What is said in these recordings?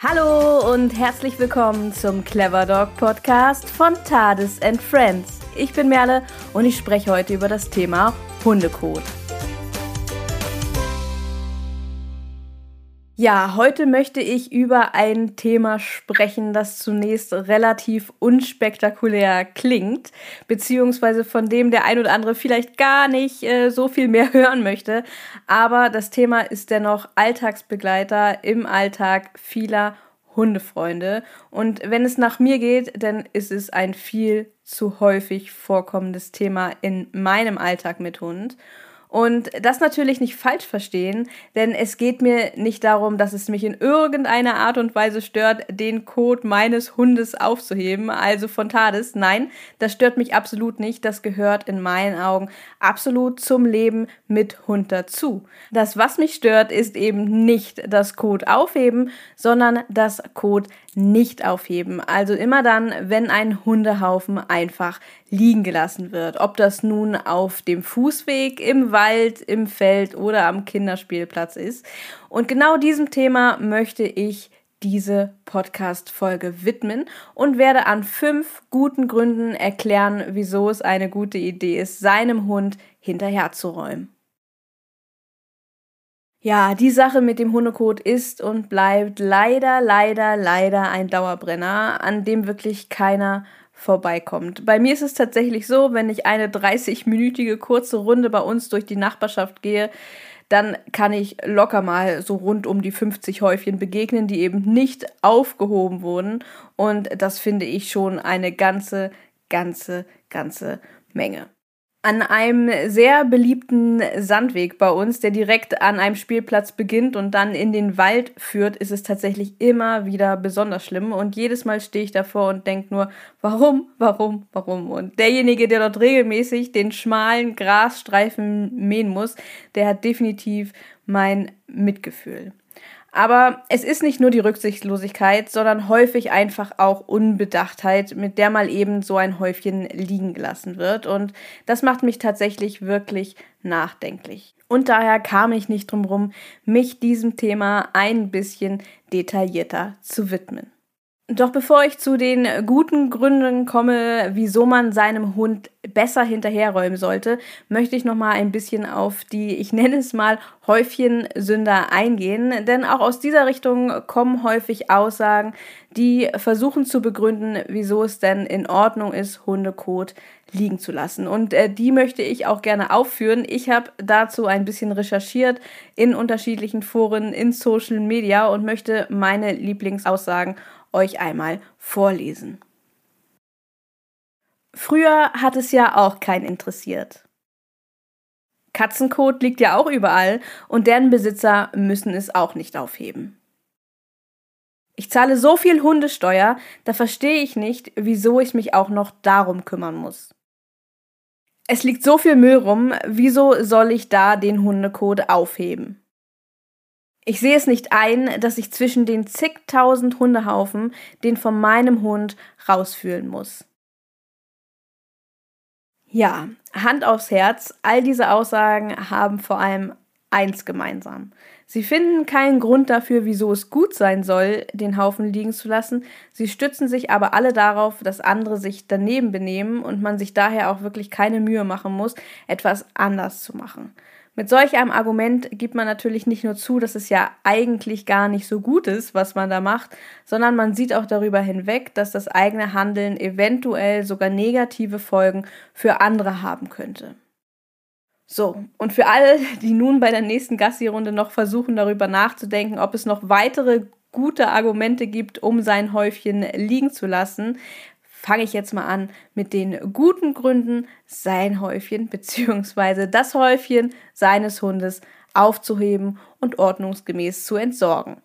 Hallo und herzlich willkommen zum Clever Dog Podcast von TARDIS and Friends. Ich bin Merle und ich spreche heute über das Thema Hundekot. Ja, heute möchte ich über ein Thema sprechen, das zunächst relativ unspektakulär klingt, beziehungsweise von dem der ein oder andere vielleicht gar nicht so viel mehr hören möchte. Aber das Thema ist dennoch Alltagsbegleiter im Alltag vieler Hundefreunde. Und wenn es nach mir geht, dann ist es ein viel zu häufig vorkommendes Thema in meinem Alltag mit Hund. Und das natürlich nicht falsch verstehen, denn es geht mir nicht darum, dass es mich in irgendeiner Art und Weise stört, den Kot meines Hundes aufzuheben, also von TARDIS. Nein, das stört mich absolut nicht. Das gehört in meinen Augen absolut zum Leben mit Hund dazu. Das, was mich stört, ist eben nicht das Kot aufheben, sondern das Kot nicht aufheben. Also immer dann, wenn ein Hundehaufen einfach liegen gelassen wird. Ob das nun auf dem Fußweg, im Wald, im Feld oder am Kinderspielplatz ist. Und genau diesem Thema möchte ich diese Podcast-Folge widmen und werde an 5 guten Gründen erklären, wieso es eine gute Idee ist, seinem Hund hinterherzuräumen. Ja, die Sache mit dem Hundekot ist und bleibt leider ein Dauerbrenner, an dem wirklich keiner vorbeikommt. Bei mir ist es tatsächlich so, wenn ich eine 30-minütige kurze Runde bei uns durch die Nachbarschaft gehe, dann kann ich locker mal so rund um die 50 Häufchen begegnen, die eben nicht aufgehoben wurden. Und das finde ich schon eine ganze Menge. An einem sehr beliebten Sandweg bei uns, der direkt an einem Spielplatz beginnt und dann in den Wald führt, ist es tatsächlich immer wieder besonders schlimm. Und jedes Mal stehe ich davor und denke nur, warum? Und derjenige, der dort regelmäßig den schmalen Grasstreifen mähen muss, der hat definitiv mein Mitgefühl. Aber es ist nicht nur die Rücksichtslosigkeit, sondern häufig einfach auch Unbedachtheit, mit der mal eben so ein Häufchen liegen gelassen wird. Und das macht mich tatsächlich wirklich nachdenklich. Und daher kam ich nicht drum rum, mich diesem Thema ein bisschen detaillierter zu widmen. Doch bevor ich zu den guten Gründen komme, wieso man seinem Hund besser hinterherräumen sollte, möchte ich nochmal ein bisschen auf die, ich nenne es mal, Häufchensünder eingehen. Denn auch aus dieser Richtung kommen häufig Aussagen, die versuchen zu begründen, wieso es denn in Ordnung ist, Hundekot liegen zu lassen. Und die möchte ich auch gerne aufführen. Ich habe dazu ein bisschen recherchiert in unterschiedlichen Foren, in Social Media und möchte meine Lieblingsaussagen euch einmal vorlesen. Früher hat es ja auch keinen interessiert. Katzenkot liegt ja auch überall und deren Besitzer müssen es auch nicht aufheben. Ich zahle so viel Hundesteuer, da verstehe ich nicht, wieso ich mich auch noch darum kümmern muss. Es liegt so viel Müll rum, wieso soll ich da den Hundekot aufheben? Ich sehe es nicht ein, dass ich zwischen den zigtausend Hundehaufen den von meinem Hund rausfühlen muss. Ja, Hand aufs Herz, all diese Aussagen haben vor allem eins gemeinsam. Sie finden keinen Grund dafür, wieso es gut sein soll, den Haufen liegen zu lassen. Sie stützen sich aber alle darauf, dass andere sich daneben benehmen und man sich daher auch wirklich keine Mühe machen muss, etwas anders zu machen. Mit solch einem Argument gibt man natürlich nicht nur zu, dass es ja eigentlich gar nicht so gut ist, was man da macht, sondern man sieht auch darüber hinweg, dass das eigene Handeln eventuell sogar negative Folgen für andere haben könnte. So, und für alle, die nun bei der nächsten Gassi-Runde noch versuchen, darüber nachzudenken, ob es noch weitere gute Argumente gibt, um sein Häufchen liegen zu lassen, fange ich jetzt mal an mit den guten Gründen, sein Häufchen bzw. das Häufchen seines Hundes aufzuheben und ordnungsgemäß zu entsorgen.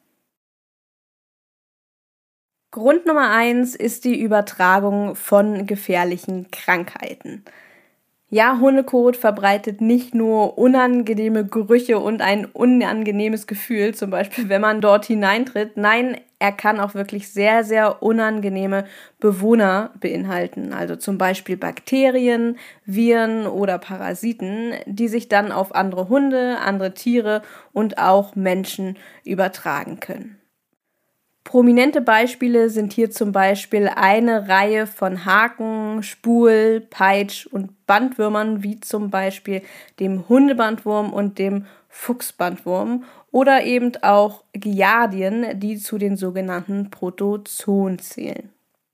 Grund Nummer 1 ist die Übertragung von gefährlichen Krankheiten. Ja, Hundekot verbreitet nicht nur unangenehme Gerüche und ein unangenehmes Gefühl, zum Beispiel wenn man dort hineintritt. Nein, er kann auch wirklich sehr unangenehme Bewohner beinhalten. Also zum Beispiel Bakterien, Viren oder Parasiten, die sich dann auf andere Hunde, andere Tiere und auch Menschen übertragen können. Prominente Beispiele sind hier zum Beispiel eine Reihe von Haken, Spul-, Peitsch- und Bandwürmern, wie zum Beispiel dem Hundebandwurm und dem Fuchsbandwurm oder eben auch Giardien, die zu den sogenannten Protozoen zählen.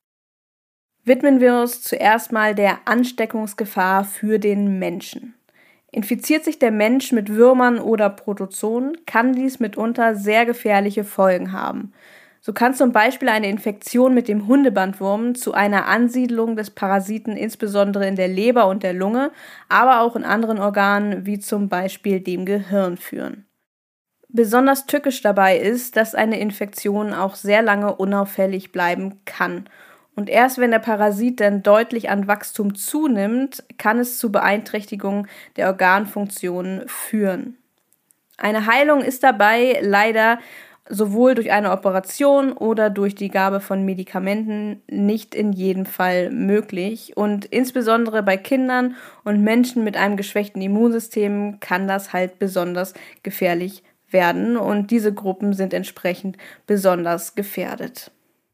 Widmen wir uns zuerst mal der Ansteckungsgefahr für den Menschen. Infiziert sich der Mensch mit Würmern oder Protozoen, kann dies mitunter sehr gefährliche Folgen haben. So kann zum Beispiel eine Infektion mit dem Hundebandwurm zu einer Ansiedlung des Parasiten insbesondere in der Leber und der Lunge, aber auch in anderen Organen wie zum Beispiel dem Gehirn führen. Besonders tückisch dabei ist, dass eine Infektion auch sehr lange unauffällig bleiben kann. Und erst wenn der Parasit dann deutlich an Wachstum zunimmt, kann es zu Beeinträchtigungen der Organfunktionen führen. Eine Heilung ist dabei leider sowohl durch eine Operation oder durch die Gabe von Medikamenten nicht in jedem Fall möglich. Und insbesondere bei Kindern und Menschen mit einem geschwächten Immunsystem kann das halt besonders gefährlich werden. Und diese Gruppen sind entsprechend besonders gefährdet.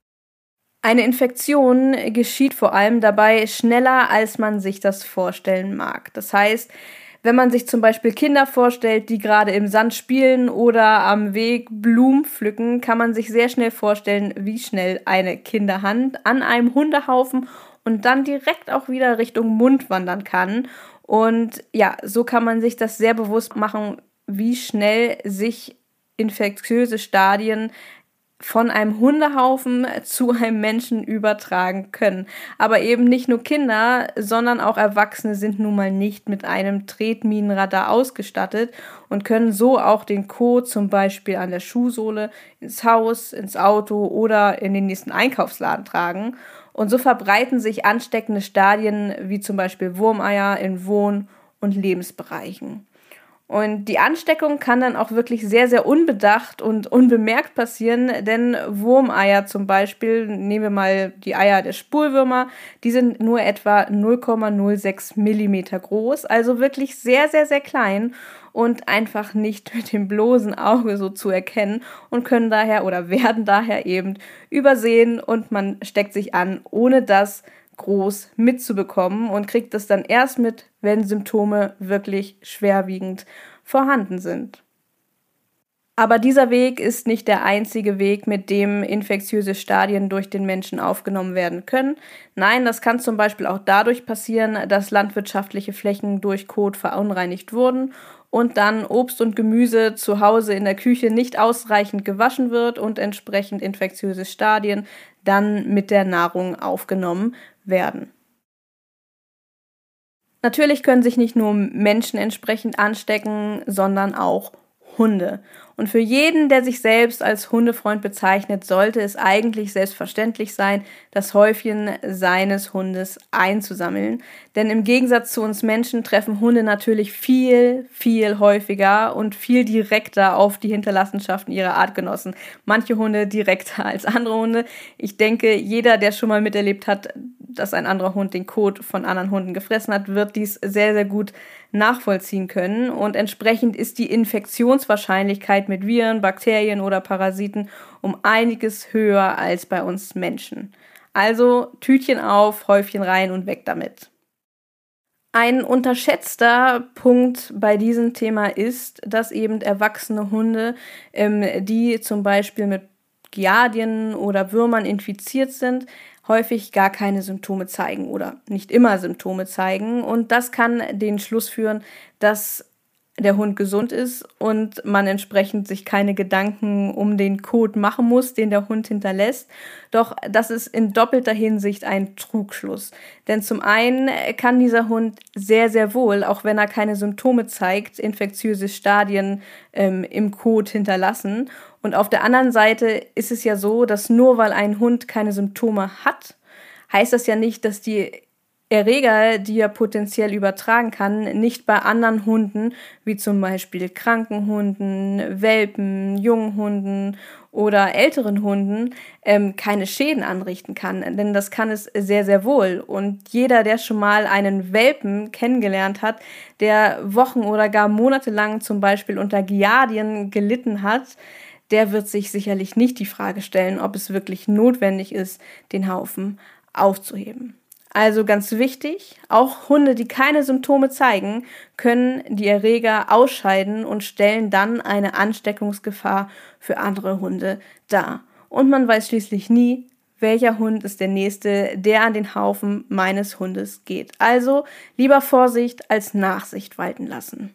Eine Infektion geschieht vor allem dabei schneller, als man sich das vorstellen mag. Das heißt, wenn man sich zum Beispiel Kinder vorstellt, die gerade im Sand spielen oder am Weg Blumen pflücken, kann man sich sehr schnell vorstellen, wie schnell eine Kinderhand an einem Hundehaufen und dann direkt auch wieder Richtung Mund wandern kann. Und ja, so kann man sich das sehr bewusst machen, wie schnell sich infektiöse Stadien von einem Hundehaufen zu einem Menschen übertragen können. Aber eben nicht nur Kinder, sondern auch Erwachsene sind nun mal nicht mit einem Tretminenradar ausgestattet und können so auch den Kot zum Beispiel an der Schuhsohle ins Haus, ins Auto oder in den nächsten Einkaufsladen tragen. Und so verbreiten sich ansteckende Stadien wie zum Beispiel Wurmeier in Wohn- und Lebensbereichen. Und die Ansteckung kann dann auch wirklich sehr, sehr unbedacht und unbemerkt passieren, denn Wurmeier zum Beispiel, nehmen wir mal die Eier der Spulwürmer, die sind nur etwa 0,06 Millimeter groß, also wirklich sehr, sehr, sehr klein und einfach nicht mit dem bloßen Auge so zu erkennen und können daher oder werden daher eben übersehen und man steckt sich an, ohne das groß mitzubekommen und kriegt es dann erst mit, wenn Symptome wirklich schwerwiegend vorhanden sind. Aber dieser Weg ist nicht der einzige Weg, mit dem infektiöse Stadien durch den Menschen aufgenommen werden können. Nein, das kann zum Beispiel auch dadurch passieren, dass landwirtschaftliche Flächen durch Kot verunreinigt wurden und dann Obst und Gemüse zu Hause in der Küche nicht ausreichend gewaschen wird und entsprechend infektiöse Stadien dann mit der Nahrung aufgenommen werden. Natürlich können sich nicht nur Menschen entsprechend anstecken, sondern auch Hunde. Und für jeden, der sich selbst als Hundefreund bezeichnet, sollte es eigentlich selbstverständlich sein, das Häufchen seines Hundes einzusammeln. Denn im Gegensatz zu uns Menschen treffen Hunde natürlich viel, viel häufiger und viel direkter auf die Hinterlassenschaften ihrer Artgenossen. Manche Hunde direkter als andere Hunde. Ich denke, jeder, der schon mal miterlebt hat, dass ein anderer Hund den Kot von anderen Hunden gefressen hat, wird dies sehr, sehr gut nachvollziehen können. Und entsprechend ist die Infektionswahrscheinlichkeit mit Viren, Bakterien oder Parasiten um einiges höher als bei uns Menschen. Also Tütchen auf, Häufchen rein und weg damit. Ein unterschätzter Punkt bei diesem Thema ist, dass eben erwachsene Hunde, die zum Beispiel mit Giardien oder Würmern infiziert sind, häufig gar keine Symptome zeigen oder nicht immer Symptome zeigen. Und das kann den Schluss führen, dass der Hund gesund ist und man entsprechend sich keine Gedanken um den Kot machen muss, den der Hund hinterlässt. Doch das ist in doppelter Hinsicht ein Trugschluss. Denn zum einen kann dieser Hund sehr, sehr wohl, auch wenn er keine Symptome zeigt, infektiöse Stadien im Kot hinterlassen. Und auf der anderen Seite ist es ja so, dass nur weil ein Hund keine Symptome hat, heißt das ja nicht, dass die Erreger, die er potenziell übertragen kann, nicht bei anderen Hunden, wie zum Beispiel kranken Hunden, Welpen, jungen Hunden oder älteren Hunden, keine Schäden anrichten kann. Denn das kann es sehr, sehr wohl. Und jeder, der schon mal einen Welpen kennengelernt hat, der Wochen oder gar Monate lang zum Beispiel unter Giardien gelitten hat, der wird sich sicherlich nicht die Frage stellen, ob es wirklich notwendig ist, den Haufen aufzuheben. Also ganz wichtig, auch Hunde, die keine Symptome zeigen, können die Erreger ausscheiden und stellen dann eine Ansteckungsgefahr für andere Hunde dar. Und man weiß schließlich nie, welcher Hund ist der nächste, der an den Haufen meines Hundes geht. Also lieber Vorsicht als Nachsicht walten lassen.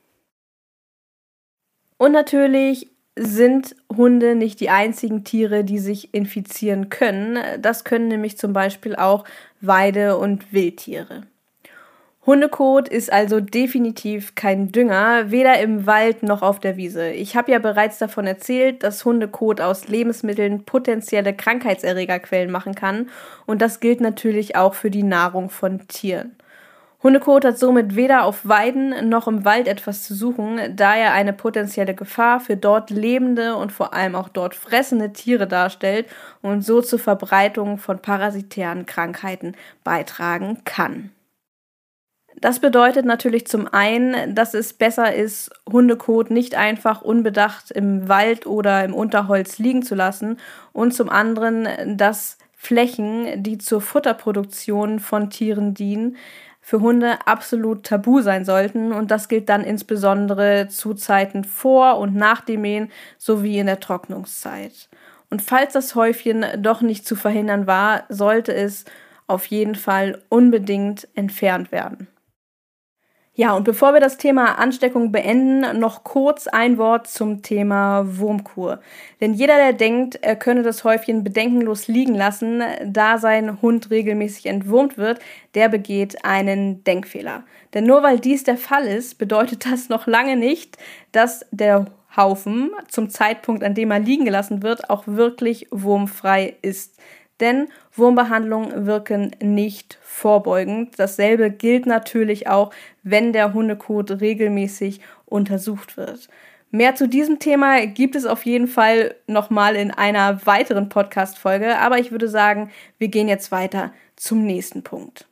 Und natürlich sind Hunde nicht die einzigen Tiere, die sich infizieren können. Das können nämlich zum Beispiel auch Weide- und Wildtiere. Hundekot ist also definitiv kein Dünger, weder im Wald noch auf der Wiese. Ich habe ja bereits davon erzählt, dass Hundekot aus Lebensmitteln potenzielle Krankheitserregerquellen machen kann und das gilt natürlich auch für die Nahrung von Tieren. Hundekot hat somit weder auf Weiden noch im Wald etwas zu suchen, da er eine potenzielle Gefahr für dort lebende und vor allem auch dort fressende Tiere darstellt und so zur Verbreitung von parasitären Krankheiten beitragen kann. Das bedeutet natürlich zum einen, dass es besser ist, Hundekot nicht einfach unbedacht im Wald oder im Unterholz liegen zu lassen und zum anderen, dass Flächen, die zur Futterproduktion von Tieren dienen, für Hunde absolut tabu sein sollten und das gilt dann insbesondere zu Zeiten vor und nach dem Mähen sowie in der Trocknungszeit. Und falls das Häufchen doch nicht zu verhindern war, sollte es auf jeden Fall unbedingt entfernt werden. Ja, und bevor wir das Thema Ansteckung beenden, noch kurz ein Wort zum Thema Wurmkur. Denn jeder, der denkt, er könne das Häufchen bedenkenlos liegen lassen, da sein Hund regelmäßig entwurmt wird, der begeht einen Denkfehler. Denn nur weil dies der Fall ist, bedeutet das noch lange nicht, dass der Haufen zum Zeitpunkt, an dem er liegen gelassen wird, auch wirklich wurmfrei ist. Denn Wurmbehandlungen wirken nicht vorbeugend. Dasselbe gilt natürlich auch, wenn der Hundekot regelmäßig untersucht wird. Mehr zu diesem Thema gibt es auf jeden Fall nochmal in einer weiteren Podcast-Folge, aber ich würde sagen, wir gehen jetzt weiter zum nächsten Punkt.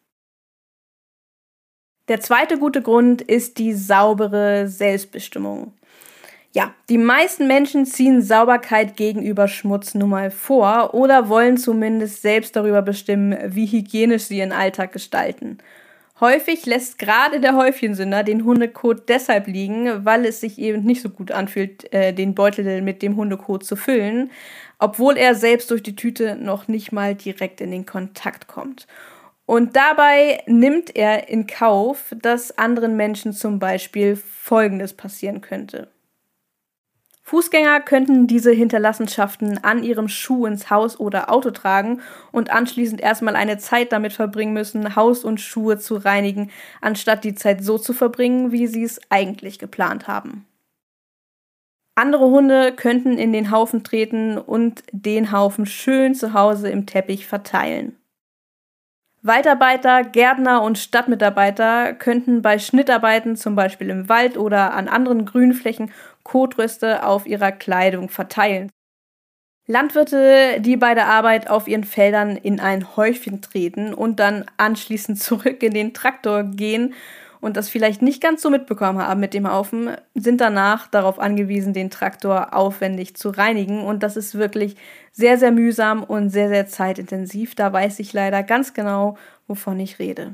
Der zweite gute Grund ist die saubere Selbstbestimmung. Ja, die meisten Menschen ziehen Sauberkeit gegenüber Schmutz nun mal vor oder wollen zumindest selbst darüber bestimmen, wie hygienisch sie ihren Alltag gestalten. Häufig lässt gerade der Häufchensünder den Hundekot deshalb liegen, weil es sich eben nicht so gut anfühlt, den Beutel mit dem Hundekot zu füllen, obwohl er selbst durch die Tüte noch nicht mal direkt in den Kontakt kommt. Und dabei nimmt er in Kauf, dass anderen Menschen zum Beispiel Folgendes passieren könnte. Fußgänger könnten diese Hinterlassenschaften an ihrem Schuh ins Haus oder Auto tragen und anschließend erstmal eine Zeit damit verbringen müssen, Haus und Schuhe zu reinigen, anstatt die Zeit so zu verbringen, wie sie es eigentlich geplant haben. Andere Hunde könnten in den Haufen treten und den Haufen schön zu Hause im Teppich verteilen. Waldarbeiter, Gärtner und Stadtmitarbeiter könnten bei Schnittarbeiten, zum Beispiel im Wald oder an anderen Grünflächen, Kotreste auf ihrer Kleidung verteilen. Landwirte, die bei der Arbeit auf ihren Feldern in ein Häufchen treten und dann anschließend zurück in den Traktor gehen und das vielleicht nicht ganz so mitbekommen haben mit dem Haufen, sind danach darauf angewiesen, den Traktor aufwendig zu reinigen. Und das ist wirklich sehr, sehr mühsam und sehr, sehr zeitintensiv. Da weiß ich leider ganz genau, wovon ich rede.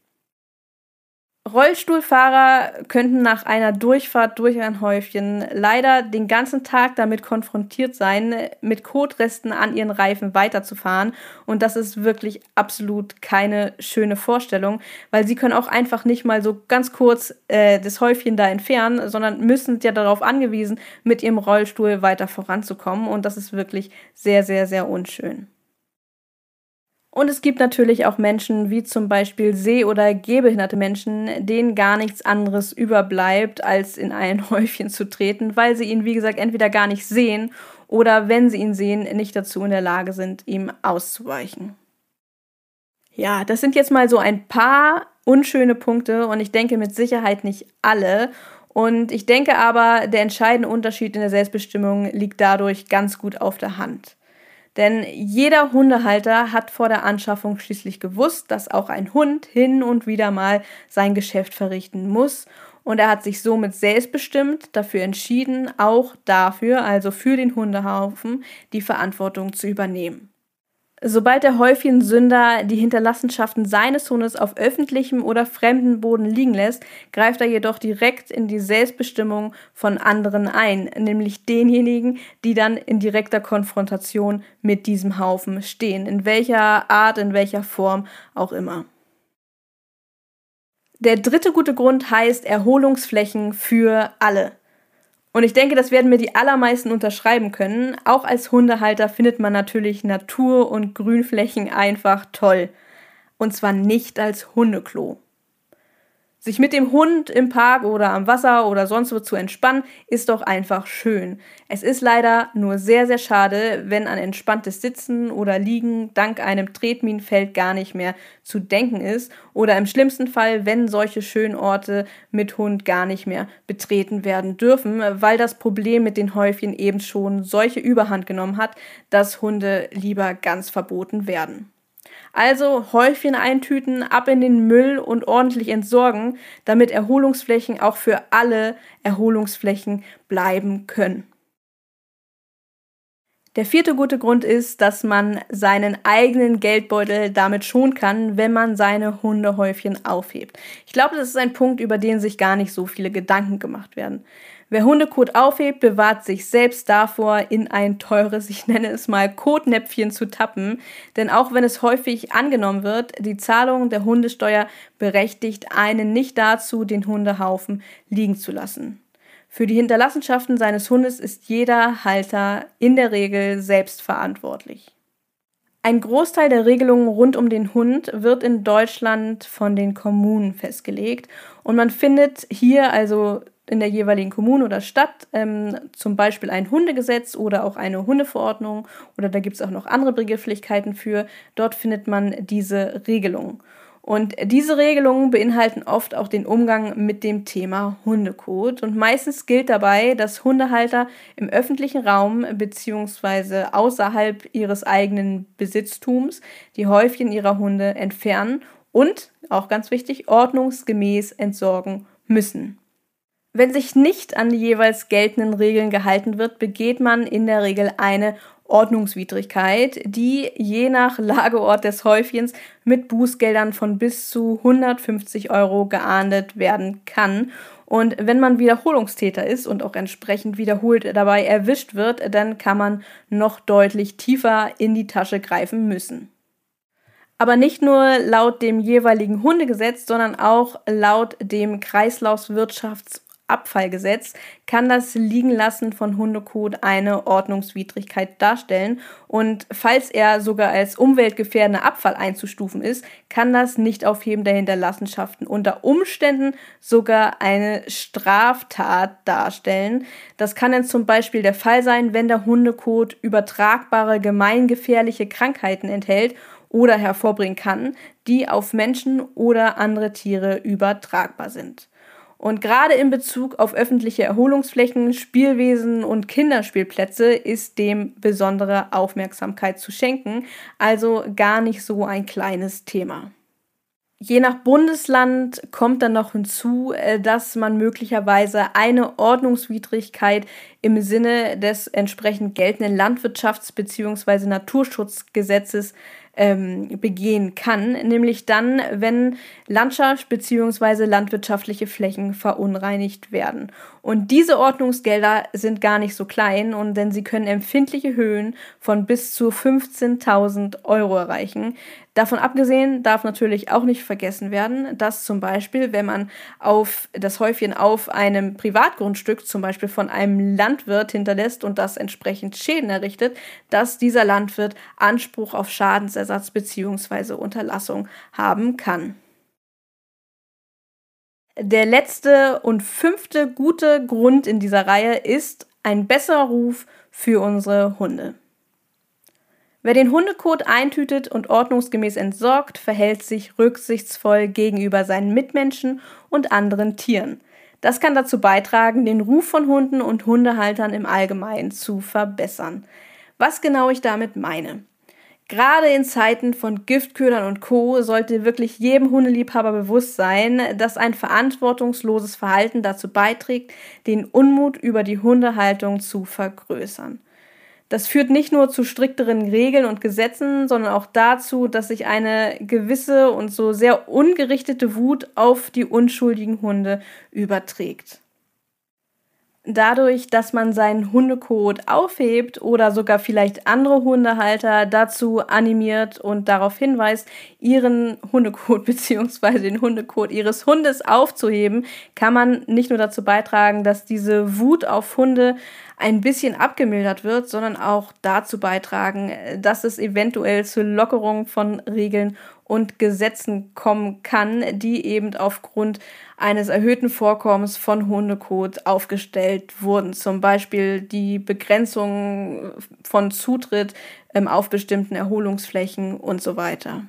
Rollstuhlfahrer könnten nach einer Durchfahrt durch ein Häufchen leider den ganzen Tag damit konfrontiert sein, mit Kotresten an ihren Reifen weiterzufahren. Und das ist wirklich absolut keine schöne Vorstellung, weil sie können auch einfach nicht mal so ganz kurz das Häufchen da entfernen, sondern müssen ja darauf angewiesen, mit ihrem Rollstuhl weiter voranzukommen. Und das ist wirklich sehr, sehr, sehr unschön. Und es gibt natürlich auch Menschen, wie zum Beispiel seh- oder gehbehinderte Menschen, denen gar nichts anderes überbleibt, als in ein Häufchen zu treten, weil sie ihn, wie gesagt, entweder gar nicht sehen oder, wenn sie ihn sehen, nicht dazu in der Lage sind, ihm auszuweichen. Ja, das sind jetzt mal so ein paar unschöne Punkte und ich denke mit Sicherheit nicht alle. Und ich denke aber, der entscheidende Unterschied in der Selbstbestimmung liegt dadurch ganz gut auf der Hand. Denn jeder Hundehalter hat vor der Anschaffung schließlich gewusst, dass auch ein Hund hin und wieder mal sein Geschäft verrichten muss. und er hat sich somit selbstbestimmt dafür entschieden, auch dafür, also für den Hundehaufen, die Verantwortung zu übernehmen. Sobald der Häufchensünder die Hinterlassenschaften seines Hundes auf öffentlichem oder fremdem Boden liegen lässt, greift er jedoch direkt in die Selbstbestimmung von anderen ein, nämlich denjenigen, die dann in direkter Konfrontation mit diesem Haufen stehen, in welcher Art, in welcher Form auch immer. Der dritte gute Grund heißt Erholungsflächen für alle. Und ich denke, das werden mir die allermeisten unterschreiben können. Auch als Hundehalter findet man natürlich Natur- und Grünflächen einfach toll. Und zwar nicht als Hundeklo. Sich mit dem Hund im Park oder am Wasser oder sonst wo zu entspannen, ist doch einfach schön. Es ist leider nur sehr, sehr schade, wenn an entspanntes Sitzen oder Liegen dank einem Tretminenfeld gar nicht mehr zu denken ist oder im schlimmsten Fall, wenn solche schönen Orte mit Hund gar nicht mehr betreten werden dürfen, weil das Problem mit den Häufchen eben schon solche Überhand genommen hat, dass Hunde lieber ganz verboten werden. Also Häufchen eintüten, ab in den Müll und ordentlich entsorgen, damit Erholungsflächen auch für alle Erholungsflächen bleiben können. Der vierte gute Grund ist, dass man seinen eigenen Geldbeutel damit schonen kann, wenn man seine Hundehäufchen aufhebt. Ich glaube, das ist ein Punkt, über den sich gar nicht so viele Gedanken gemacht werden. Wer Hundekot aufhebt, bewahrt sich selbst davor, in ein teures, ich nenne es mal, Kotnäpfchen zu tappen. Denn auch wenn es häufig angenommen wird, die Zahlung der Hundesteuer berechtigt einen nicht dazu, den Hundehaufen liegen zu lassen. Für die Hinterlassenschaften seines Hundes ist jeder Halter in der Regel selbst verantwortlich. Ein Großteil der Regelungen rund um den Hund wird in Deutschland von den Kommunen festgelegt und man findet hier also in der jeweiligen Kommune oder Stadt zum Beispiel ein Hundegesetz oder auch eine Hundeverordnung oder da gibt es auch noch andere Begrifflichkeiten für. Dort findet man diese Regelungen. Und diese Regelungen beinhalten oft auch den Umgang mit dem Thema Hundekot. Und meistens gilt dabei, dass Hundehalter im öffentlichen Raum bzw. außerhalb ihres eigenen Besitztums die Häufchen ihrer Hunde entfernen und, auch ganz wichtig, ordnungsgemäß entsorgen müssen. Wenn sich nicht an die jeweils geltenden Regeln gehalten wird, begeht man in der Regel eine Ordnungswidrigkeit, die je nach Lageort des Häufchens mit Bußgeldern von bis zu 150 € geahndet werden kann. Und wenn man Wiederholungstäter ist und auch entsprechend wiederholt dabei erwischt wird, dann kann man noch deutlich tiefer in die Tasche greifen müssen. Aber nicht nur laut dem jeweiligen Hundegesetz, sondern auch laut dem Kreislaufwirtschaftsabfallgesetz kann das Liegenlassen von Hundekot eine Ordnungswidrigkeit darstellen. Und falls er sogar als umweltgefährdender Abfall einzustufen ist, kann das Nichtaufheben der Hinterlassenschaften unter Umständen sogar eine Straftat darstellen. Das kann dann zum Beispiel der Fall sein, wenn der Hundekot übertragbare gemeingefährliche Krankheiten enthält oder hervorbringen kann, die auf Menschen oder andere Tiere übertragbar sind. Und gerade in Bezug auf öffentliche Erholungsflächen, Spielwesen und Kinderspielplätze ist dem besondere Aufmerksamkeit zu schenken, also gar nicht so ein kleines Thema. Je nach Bundesland kommt dann noch hinzu, dass man möglicherweise eine Ordnungswidrigkeit im Sinne des entsprechend geltenden Landwirtschafts- bzw. Naturschutzgesetzes begehen kann, nämlich dann, wenn Landschaft bzw. landwirtschaftliche Flächen verunreinigt werden. Und diese Ordnungsgelder sind gar nicht so klein, und denn sie können empfindliche Höhen von bis zu 15.000 € erreichen. Davon abgesehen darf natürlich auch nicht vergessen werden, dass zum Beispiel, wenn man auf das Häufchen auf einem Privatgrundstück, zum Beispiel von einem Landwirt hinterlässt und das entsprechend Schäden errichtet, dass dieser Landwirt Anspruch auf Schadensersatz bzw. Unterlassung haben kann. Der letzte und 5. gute Grund in dieser Reihe ist ein besserer Ruf für unsere Hunde. Wer den Hundekot eintütet und ordnungsgemäß entsorgt, verhält sich rücksichtsvoll gegenüber seinen Mitmenschen und anderen Tieren. Das kann dazu beitragen, den Ruf von Hunden und Hundehaltern im Allgemeinen zu verbessern. Was genau ich damit meine? Gerade in Zeiten von Giftködern und Co. sollte wirklich jedem Hundeliebhaber bewusst sein, dass ein verantwortungsloses Verhalten dazu beiträgt, den Unmut über die Hundehaltung zu vergrößern. Das führt nicht nur zu strikteren Regeln und Gesetzen, sondern auch dazu, dass sich eine gewisse und so sehr ungerichtete Wut auf die unschuldigen Hunde überträgt. Dadurch, dass man seinen Hundekot aufhebt oder sogar vielleicht andere Hundehalter dazu animiert und darauf hinweist, ihren Hundekot bzw. den Hundekot ihres Hundes aufzuheben, kann man nicht nur dazu beitragen, dass diese Wut auf Hunde ein bisschen abgemildert wird, sondern auch dazu beitragen, dass es eventuell zur Lockerung von Regeln und Gesetzen kommen kann, die eben aufgrund eines erhöhten Vorkommens von Hundekot aufgestellt wurden. Zum Beispiel die Begrenzung von Zutritt auf bestimmten Erholungsflächen und so weiter.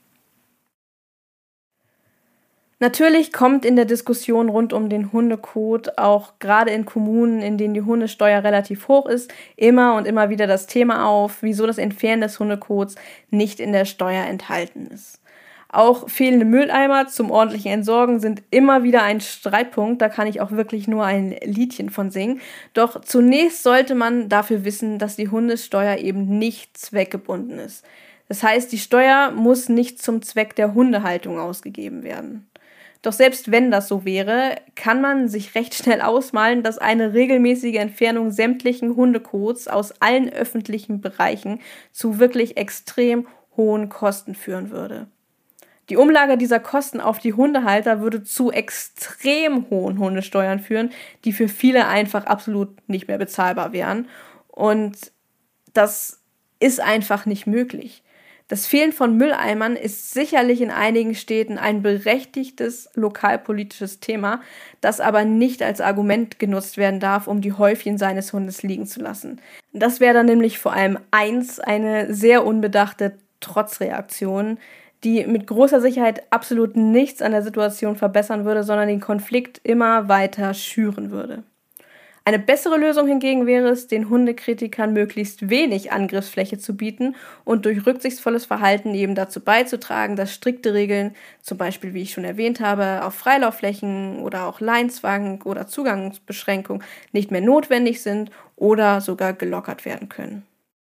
Natürlich kommt in der Diskussion rund um den Hundekot auch gerade in Kommunen, in denen die Hundesteuer relativ hoch ist, immer und immer wieder das Thema auf, wieso das Entfernen des Hundekots nicht in der Steuer enthalten ist. Auch fehlende Mülleimer zum ordentlichen Entsorgen sind immer wieder ein Streitpunkt, da kann ich auch wirklich nur ein Liedchen von singen. Doch zunächst sollte man dafür wissen, dass die Hundesteuer eben nicht zweckgebunden ist. Das heißt, die Steuer muss nicht zum Zweck der Hundehaltung ausgegeben werden. Doch selbst wenn das so wäre, kann man sich recht schnell ausmalen, dass eine regelmäßige Entfernung sämtlichen Hundekots aus allen öffentlichen Bereichen zu wirklich extrem hohen Kosten führen würde. Die Umlage dieser Kosten auf die Hundehalter würde zu extrem hohen Hundesteuern führen, die für viele einfach absolut nicht mehr bezahlbar wären. Und das ist einfach nicht möglich. Das Fehlen von Mülleimern ist sicherlich in einigen Städten ein berechtigtes lokalpolitisches Thema, das aber nicht als Argument genutzt werden darf, um die Häufchen seines Hundes liegen zu lassen. Das wäre dann nämlich vor allem eine sehr unbedachte Trotzreaktion, die mit großer Sicherheit absolut nichts an der Situation verbessern würde, sondern den Konflikt immer weiter schüren würde. Eine bessere Lösung hingegen wäre es, den Hundekritikern möglichst wenig Angriffsfläche zu bieten und durch rücksichtsvolles Verhalten eben dazu beizutragen, dass strikte Regeln, zum Beispiel, wie ich schon erwähnt habe, auf Freilaufflächen oder auch Leinzwang oder Zugangsbeschränkung nicht mehr notwendig sind oder sogar gelockert werden können.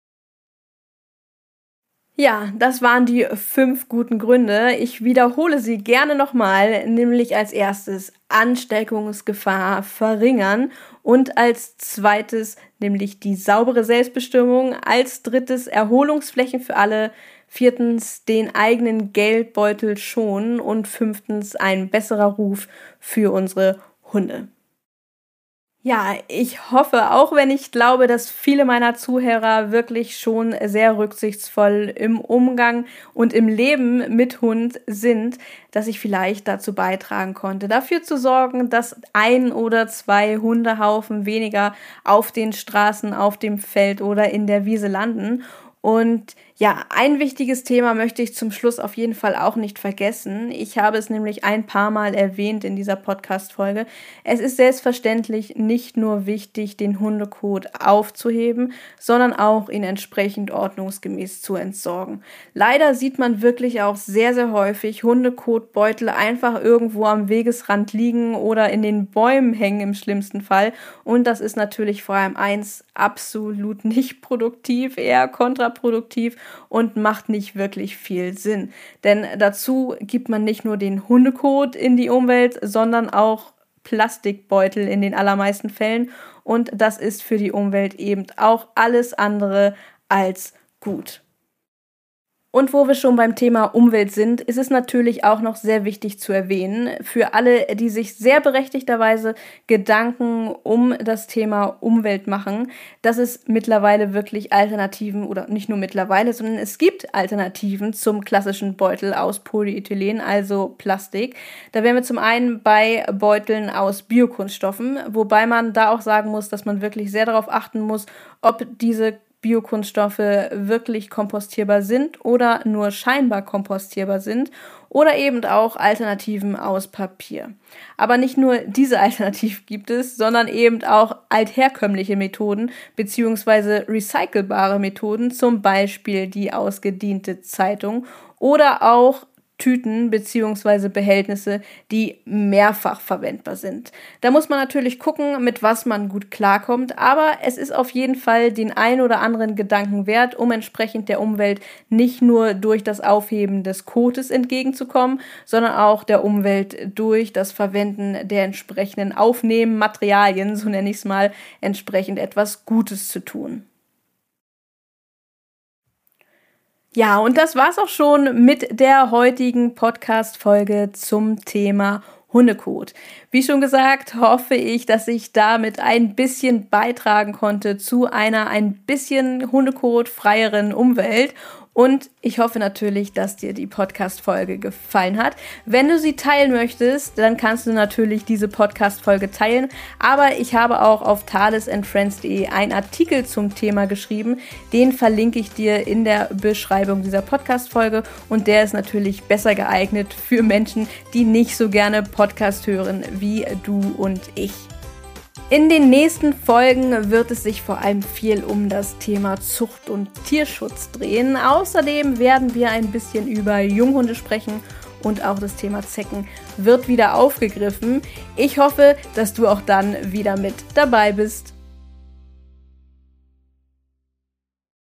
Ja, das waren die 5 guten Gründe. Ich wiederhole sie gerne nochmal, nämlich als erstes Ansteckungsgefahr verringern und als zweites nämlich die saubere Selbstbestimmung, als drittes Erholungsflächen für alle, viertens den eigenen Geldbeutel schonen und fünftens ein besserer Ruf für unsere Hunde. Ja, ich hoffe, auch wenn ich glaube, dass viele meiner Zuhörer wirklich schon sehr rücksichtsvoll im Umgang und im Leben mit Hund sind, dass ich vielleicht dazu beitragen konnte, dafür zu sorgen, dass 1 oder 2 Hundehaufen weniger auf den Straßen, auf dem Feld oder in der Wiese landen. Und ja, ein wichtiges Thema möchte ich zum Schluss auf jeden Fall auch nicht vergessen. Ich habe es nämlich ein paar Mal erwähnt in dieser Podcast-Folge. Es ist selbstverständlich nicht nur wichtig, den Hundekot aufzuheben, sondern auch ihn entsprechend ordnungsgemäß zu entsorgen. Leider sieht man wirklich auch sehr, sehr häufig Hundekotbeutel einfach irgendwo am Wegesrand liegen oder in den Bäumen hängen im schlimmsten Fall. Und das ist natürlich vor allem eins absolut nicht produktiv, eher kontraproduktiv und macht nicht wirklich viel Sinn. Denn dazu gibt man nicht nur den Hundekot in die Umwelt, sondern auch Plastikbeutel in den allermeisten Fällen. Und das ist für die Umwelt eben auch alles andere als gut. Und wo wir schon beim Thema Umwelt sind, ist es natürlich auch noch sehr wichtig zu erwähnen, für alle, die sich sehr berechtigterweise Gedanken um das Thema Umwelt machen, dass es mittlerweile wirklich Alternativen, oder nicht nur mittlerweile, sondern es gibt Alternativen zum klassischen Beutel aus Polyethylen, also Plastik. Da wären wir zum einen bei Beuteln aus Biokunststoffen, wobei man da auch sagen muss, dass man wirklich sehr darauf achten muss, ob diese Biokunststoffe wirklich kompostierbar sind oder nur scheinbar kompostierbar sind oder eben auch Alternativen aus Papier. Aber nicht nur diese Alternativen gibt es, sondern eben auch altherkömmliche Methoden bzw. recycelbare Methoden, zum Beispiel die ausgediente Zeitung oder auch Tüten bzw. Behältnisse, die mehrfach verwendbar sind. Da muss man natürlich gucken, mit was man gut klarkommt, aber es ist auf jeden Fall den ein oder anderen Gedanken wert, um entsprechend der Umwelt nicht nur durch das Aufheben des Kotes entgegenzukommen, sondern auch der Umwelt durch das Verwenden der entsprechenden Aufnehmmaterialien, so nenne ich es mal, entsprechend etwas Gutes zu tun. Ja, und das war's auch schon mit der heutigen Podcast-Folge zum Thema Hundekot. Wie schon gesagt, hoffe ich, dass ich damit ein bisschen beitragen konnte zu einer ein bisschen hundekotfreieren Umwelt. Und ich hoffe natürlich, dass dir die Podcast-Folge gefallen hat. Wenn du sie teilen möchtest, dann kannst du natürlich diese Podcast-Folge teilen. Aber ich habe auch auf thalesandfriends.de einen Artikel zum Thema geschrieben. Den verlinke ich dir in der Beschreibung dieser Podcast-Folge. Und der ist natürlich besser geeignet für Menschen, die nicht so gerne Podcast hören wie du und ich. In den nächsten Folgen wird es sich vor allem viel um das Thema Zucht und Tierschutz drehen. Außerdem werden wir ein bisschen über Junghunde sprechen und auch das Thema Zecken wird wieder aufgegriffen. Ich hoffe, dass du auch dann wieder mit dabei bist.